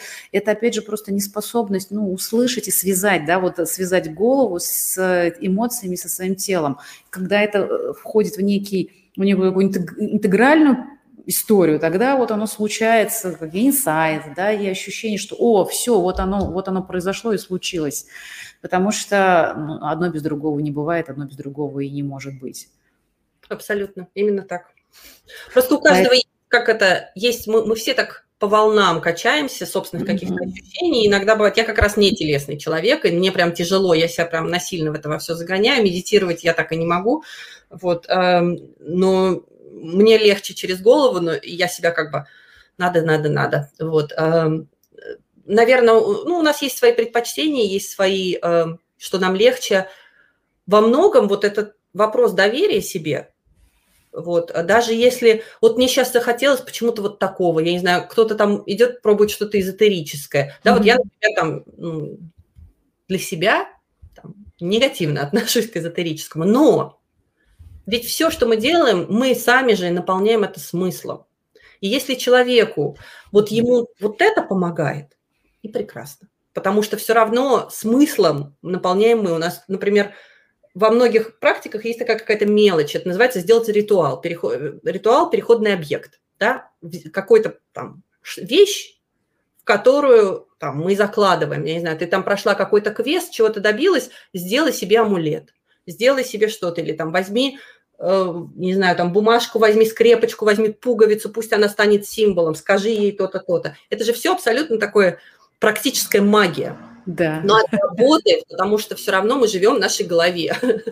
это опять же просто неспособность, ну, услышать и связать, да, вот связать голову с эмоциями, со своим телом. Когда это входит в некую интегральную историю, тогда вот оно случается, как инсайт, да, и ощущение, что, все, вот оно произошло и случилось. Потому что одно без другого не бывает, одно без другого и не может быть. Абсолютно, именно так. Просто у каждого есть, мы все так по волнам качаемся собственных каких-то ощущений. Иногда бывает, я как раз не телесный человек, и мне прям тяжело, я себя прям насильно в это во все загоняю, медитировать я так и не могу, вот, но мне легче через голову, но я себя как бы надо, вот. Наверное, у нас есть свои предпочтения, есть свои, что нам легче. Во многом вот этот вопрос доверия себе, вот, даже если, вот мне сейчас захотелось почему-то вот такого, я не знаю, кто-то там идет пробовать что-то эзотерическое, да, вот я, например, там, для себя там, негативно отношусь к эзотерическому, но ведь все, что мы делаем, мы сами же наполняем это смыслом. И если человеку, вот ему вот это помогает, и прекрасно. Потому что все равно смыслом наполняем мы. У нас, например, во многих практиках есть такая какая-то мелочь. Это называется сделать ритуал. Ритуал – переходный объект. Да? Какой-то там вещь, в которую там, мы закладываем. Я не знаю, ты там прошла какой-то квест, чего-то добилась, сделай себе амулет. Сделай себе что-то. Или там возьми, не знаю, там бумажку возьми, скрепочку возьми, пуговицу, пусть она станет символом, скажи ей то-то, то-то. Это же все абсолютно такое практическая магия. Да. Но это работает, потому что все равно мы живем в нашей голове.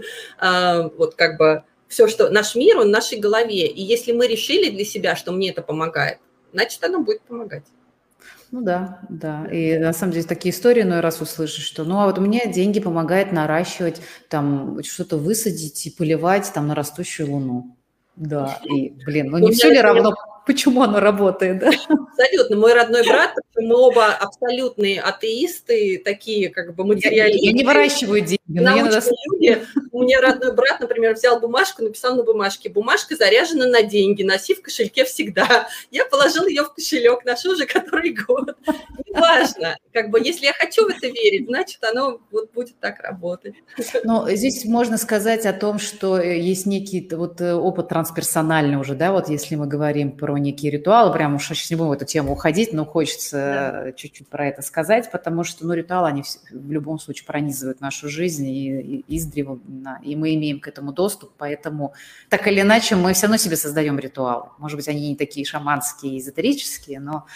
Вот как бы все, что наш мир, он в нашей голове. И если мы решили для себя, что мне это помогает, значит, оно будет помогать. Ну да. И на самом деле такие истории иной раз услышишь, что а вот мне деньги помогают наращивать, там что-то высадить и поливать там на растущую луну. Да, и, не все ли равно, почему оно работает, да? Абсолютно. Мой родной брат, мы оба абсолютные атеисты, такие как бы материалисты. Я не выращиваю деньги, но я люди. У меня родной брат, например, взял бумажку, написал на бумажке: бумажка заряжена на деньги, носи в кошельке всегда. Я положил ее в кошелек, ношу уже который год. Неважно. Как бы, если я хочу в это верить, значит, оно вот будет так работать. Но здесь можно сказать о том, что есть некий вот опыт трансперсональный уже, да, вот если мы говорим про некие ритуалы, прям уж сейчас не будем в эту тему уходить, но хочется чуть-чуть про это сказать, потому что, ритуалы, они в любом случае пронизывают нашу жизнь и издревле, и мы имеем к этому доступ, поэтому так или иначе мы все равно себе создаем ритуалы. Может быть, они не такие шаманские, эзотерические, но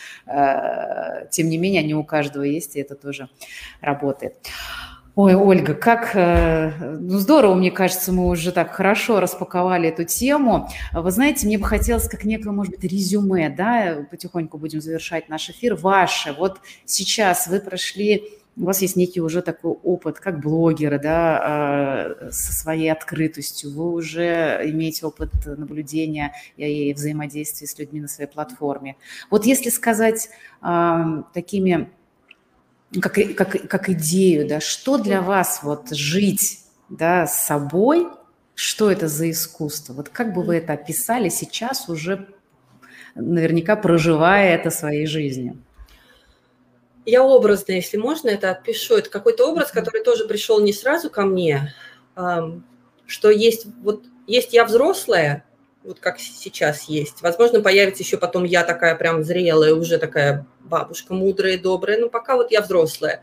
тем не менее они у каждого есть, и это тоже работает. Ой, Ольга, как здорово, мне кажется, мы уже так хорошо распаковали эту тему. Вы знаете, мне бы хотелось как некое, может быть, резюме, да, потихоньку будем завершать наш эфир. Ваше, вот сейчас вы прошли, у вас есть некий уже такой опыт, как блогера, да, со своей открытостью. Вы уже имеете опыт наблюдения и взаимодействия с людьми на своей платформе. Вот если сказать такими... Как идею, да, что для вас вот жить, да, с собой, что это за искусство? Вот как бы вы это описали сейчас, уже наверняка проживая это своей жизнью? Я образно, если можно, это опишу. Это какой-то образ, который тоже пришел не сразу ко мне, что есть я взрослая, вот как сейчас есть. Возможно, появится еще потом я такая прям зрелая, уже такая бабушка мудрая и добрая, но пока вот я взрослая,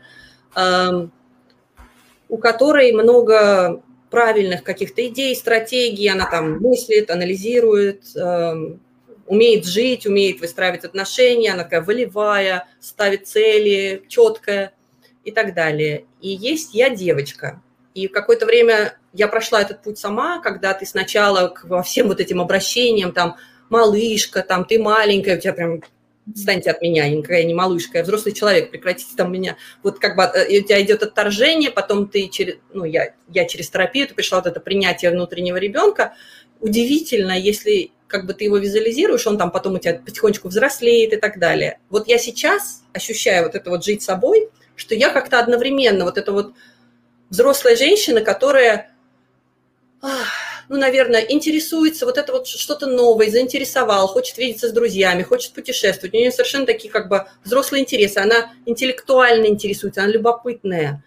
у которой много правильных каких-то идей, стратегий, она там мыслит, анализирует, умеет жить, умеет выстраивать отношения, она такая волевая, ставит цели, четкая и так далее. И есть я девочка. И какое-то время я прошла этот путь сама, когда ты сначала во всем вот этим обращениям, там, малышка, там, ты маленькая, у тебя прям, отстаньте от меня, я никакая не малышка, я взрослый человек, прекратите там меня. Вот как бы у тебя идет отторжение, потом ты через, я через терапию, ты пришла вот это принятие внутреннего ребенка. Удивительно, если как бы ты его визуализируешь, он там потом у тебя потихонечку взрослеет и так далее. Вот я сейчас ощущаю вот это вот жить собой, что я как-то одновременно вот это вот взрослая женщина, которая ну, наверное, интересуется вот это вот что-то новое, заинтересовал, хочет видеться с друзьями, хочет путешествовать. У нее совершенно такие как бы взрослые интересы. Она интеллектуально интересуется, она любопытная.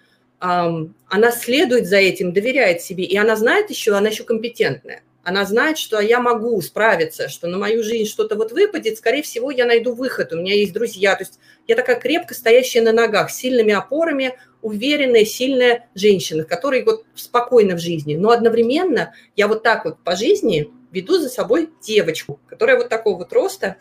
Она следует за этим, доверяет себе. И она знает еще, она еще компетентная. Она знает, что я могу справиться, что на мою жизнь что-то вот выпадет, скорее всего, я найду выход, у меня есть друзья. То есть я такая крепко стоящая на ногах, с сильными опорами, уверенная, сильная женщина, которая вот спокойна в жизни. Но одновременно я вот так вот по жизни веду за собой девочку, которая вот такого вот роста.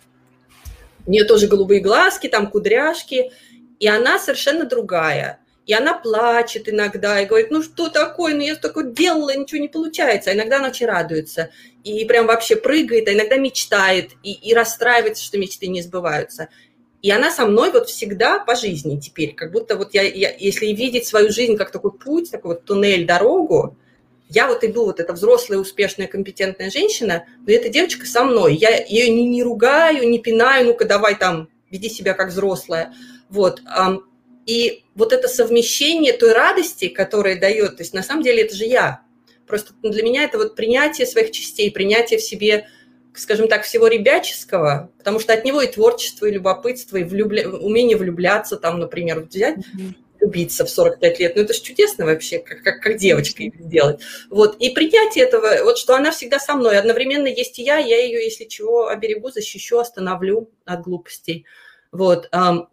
У нее тоже голубые глазки, там кудряшки, и она совершенно другая. И она плачет иногда и говорит, ну что такое, ну я столько делала, ничего не получается. А иногда она очень радуется и прям вообще прыгает, а иногда мечтает и расстраивается, что мечты не сбываются. И она со мной вот всегда по жизни теперь, как будто вот я если видеть свою жизнь как такой путь, такой вот туннель, дорогу, я вот иду, вот эта взрослая, успешная, компетентная женщина, но эта девочка со мной. Я ее не ругаю, не пинаю, ну-ка давай там, веди себя как взрослая. Вот. И вот это совмещение той радости, которая дает, то есть на самом деле это же я. Просто для меня это вот принятие своих частей, принятие в себе, скажем так, всего ребяческого, потому что от него и творчество, и любопытство, и умение влюбляться, там, например, взять, влюбиться в 45 лет, ну это же чудесно вообще, как девочка сделать. Вот. И принятие этого, вот что она всегда со мной, одновременно есть и я ее, если чего, оберегу, защищу, остановлю от глупостей. Вот.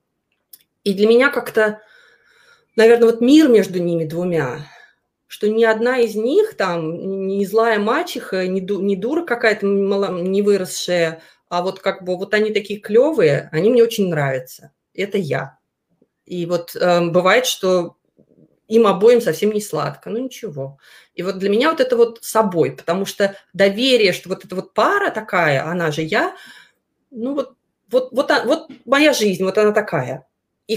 И для меня как-то, наверное, вот мир между ними двумя, что ни одна из них там не злая мачеха, не дура какая-то не выросшая, а вот как бы вот они такие клевые, они мне очень нравятся. Это я. И вот бывает, что им обоим совсем не сладко, ну ничего. И вот для меня вот это вот собой, потому что доверие, что вот эта вот пара такая, она же я, ну вот моя жизнь, вот она такая.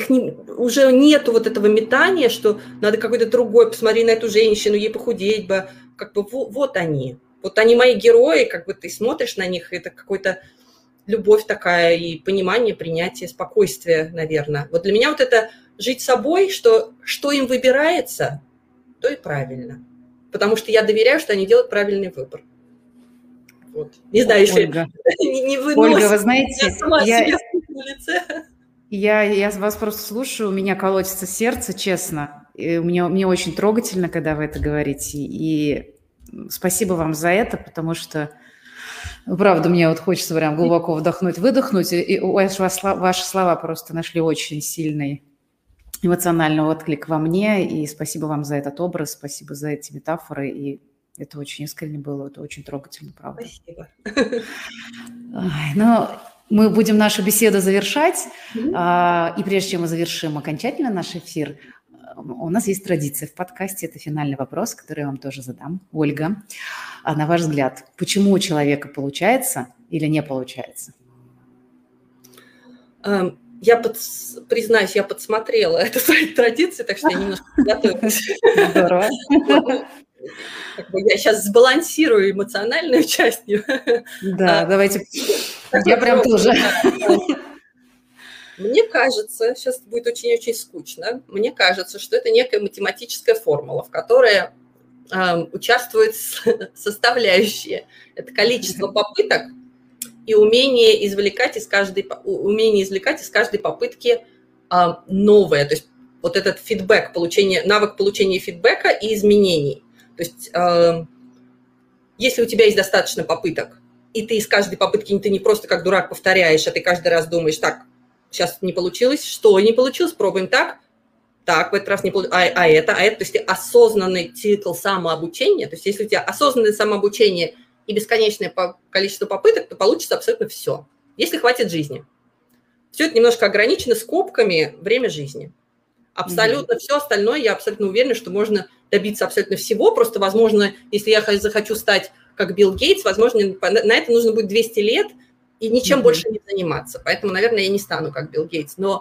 Уже нету вот этого метания, что надо какой-то другой, посмотри на эту женщину, ей похудеть бы. Как бы вот они мои герои, как бы ты смотришь на них, это какой-то любовь такая и понимание, принятие, спокойствие, наверное. Вот для меня вот это жить собой, что им выбирается, то и правильно. Потому что я доверяю, что они делают правильный выбор. Вот. Не знаю, если не выносит. Ольга, вы знаете, я сама себя на лице. Я вас просто слушаю, у меня колотится сердце, честно. И мне очень трогательно, когда вы это говорите. И спасибо вам за это, потому что, правда, мне вот хочется прям глубоко вдохнуть, выдохнуть. И ваши слова просто нашли очень сильный эмоциональный отклик во мне. И спасибо вам за этот образ, спасибо за эти метафоры. И это очень искренне было, это очень трогательно, правда. Спасибо. Мы будем нашу беседу завершать, и прежде чем мы завершим окончательно наш эфир, у нас есть традиция в подкасте, это финальный вопрос, который я вам тоже задам. Ольга, на ваш взгляд, почему у человека получается или не получается? Признаюсь, я подсмотрела эту традицию, так что я немножко готовилась. Здорово. Я сейчас сбалансирую эмоциональную часть. Да, давайте. Я прям тоже. Мне кажется, сейчас будет очень-очень скучно, мне кажется, что это некая математическая формула, в которой участвуют составляющие. Это количество попыток и умение извлекать из каждой попытки новое. То есть вот этот фидбэк, навык получения фидбэка и изменений. То есть если у тебя есть достаточно попыток, и ты из каждой попытки, ты не просто как дурак повторяешь, а ты каждый раз думаешь, так, сейчас не получилось, что не получилось, пробуем так, в этот раз не получилось, а это, то есть осознанный цикл самообучения, то есть если у тебя осознанное самообучение и бесконечное количество попыток, то получится абсолютно все, если хватит жизни. Все это немножко ограничено скобками время жизни. Абсолютно все остальное, я абсолютно уверена, что можно добиться абсолютно всего. Просто, возможно, если я захочу стать как Билл Гейтс, возможно, на это нужно будет 200 лет и ничем больше не заниматься. Поэтому, наверное, я не стану как Билл Гейтс. Но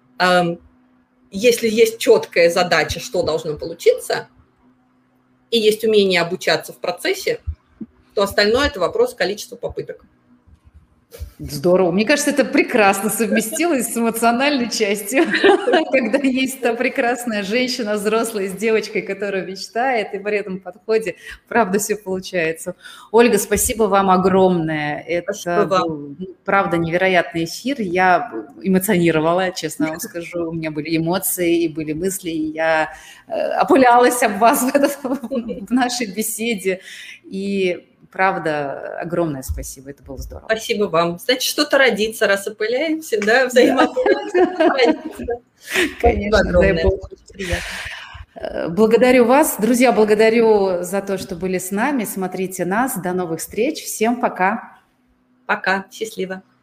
если есть четкая задача, что должно получиться, и есть умение обучаться в процессе, то остальное – это вопрос количества попыток. Здорово. Мне кажется, это прекрасно совместилось с эмоциональной частью, когда есть та прекрасная женщина, взрослая, с девочкой, которая мечтает, и при этом подходе, правда, все получается. Ольга, спасибо вам огромное. Это был, правда, невероятный эфир. Я эмоционировала, честно вам скажу. У меня были эмоции и были мысли, и я опылялась об вас в нашей беседе. И правда, огромное спасибо, это было здорово. Спасибо вам. Значит, что-то родится, раз опыляемся, да, взаимоопыляемся. Конечно, дай Бог. Благодарю вас. Друзья, благодарю за то, что были с нами. Смотрите нас. До новых встреч. Всем пока. Пока. Счастливо.